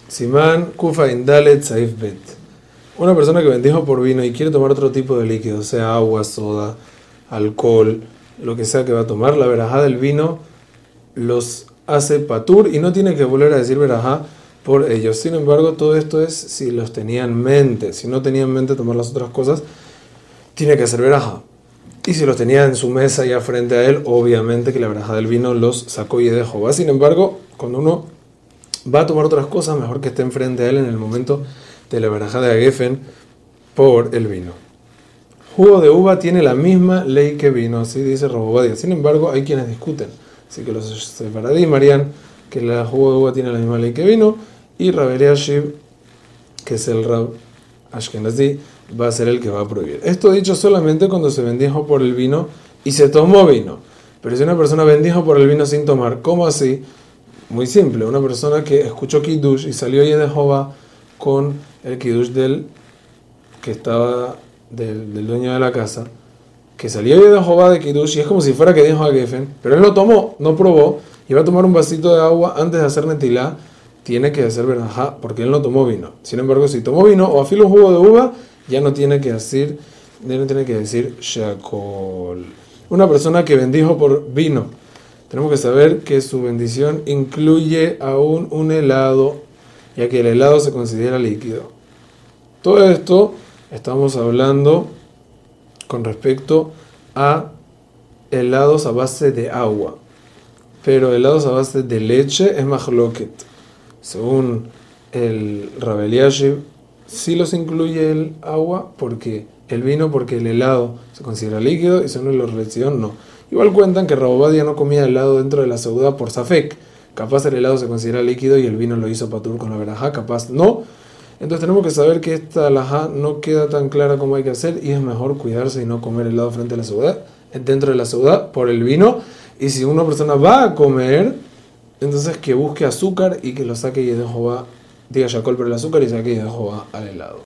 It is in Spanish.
Simán Kufa Indalet Saif Bet. Una persona que bendijo por vino y quiere tomar otro tipo de líquido, sea agua, soda, alcohol, lo que sea que va a tomar, la verajá del vino los hace patur y no tiene que volver a decir verajá por ellos. Sin embargo, todo esto es si los tenía en mente. Si no tenía en mente tomar las otras cosas, tiene que hacer verajá. Y si los tenía en su mesa ya frente a él, obviamente que la verajá del vino los sacó y dejó. Sin embargo, cuando uno va a tomar otras cosas, mejor que estén frente a él en el momento de la verajá de Agefen por el vino. Jugo de uva tiene la misma ley que vino, así dice Robobadia. Sin embargo, hay quienes discuten. Así que los sefaradí marían que el jugo de uva tiene la misma ley que vino, y Rab Eliashib, que es el Rab Ashkenazí, va a ser el que va a prohibir. Esto dicho solamente cuando se bendijo por el vino y se tomó vino. Pero si una persona bendijo por el vino sin tomar, ¿cómo así? Muy simple, una persona que escuchó Kiddush y salió de Jehová con el Kiddush del dueño de la casa, que salió de Jehová de Kiddush, y es como si fuera que dijo a Geffen, pero él no tomó, no probó, y va a tomar un vasito de agua antes de hacer netilá, tiene que hacer verajá, porque él no tomó vino. Sin embargo, si tomó vino o afila un jugo de uva, ya no tiene que decir shakol. Una persona que bendijo por vino, tenemos que saber que su bendición incluye aún un helado, ya que el helado se considera líquido. Todo esto estamos hablando con respecto a helados a base de agua, pero helados a base de leche es mahloket. Según el Rab Eliashib, sí los incluye el agua, porque el vino, porque el helado se considera líquido, y según la religión no. Igual cuentan que Robobadia no comía helado dentro de la seudá por safek. Capaz el helado se considera líquido y el vino lo hizo patur con la verajá, capaz no. Entonces tenemos que saber que esta alajá no queda tan clara como hay que hacer, y es mejor cuidarse y no comer helado frente a la seudá, dentro de la seudá por el vino. Y si una persona va a comer, entonces que busque azúcar y que lo saque y de Jehová, diga Shakol por el azúcar y saque y de Jehová al helado.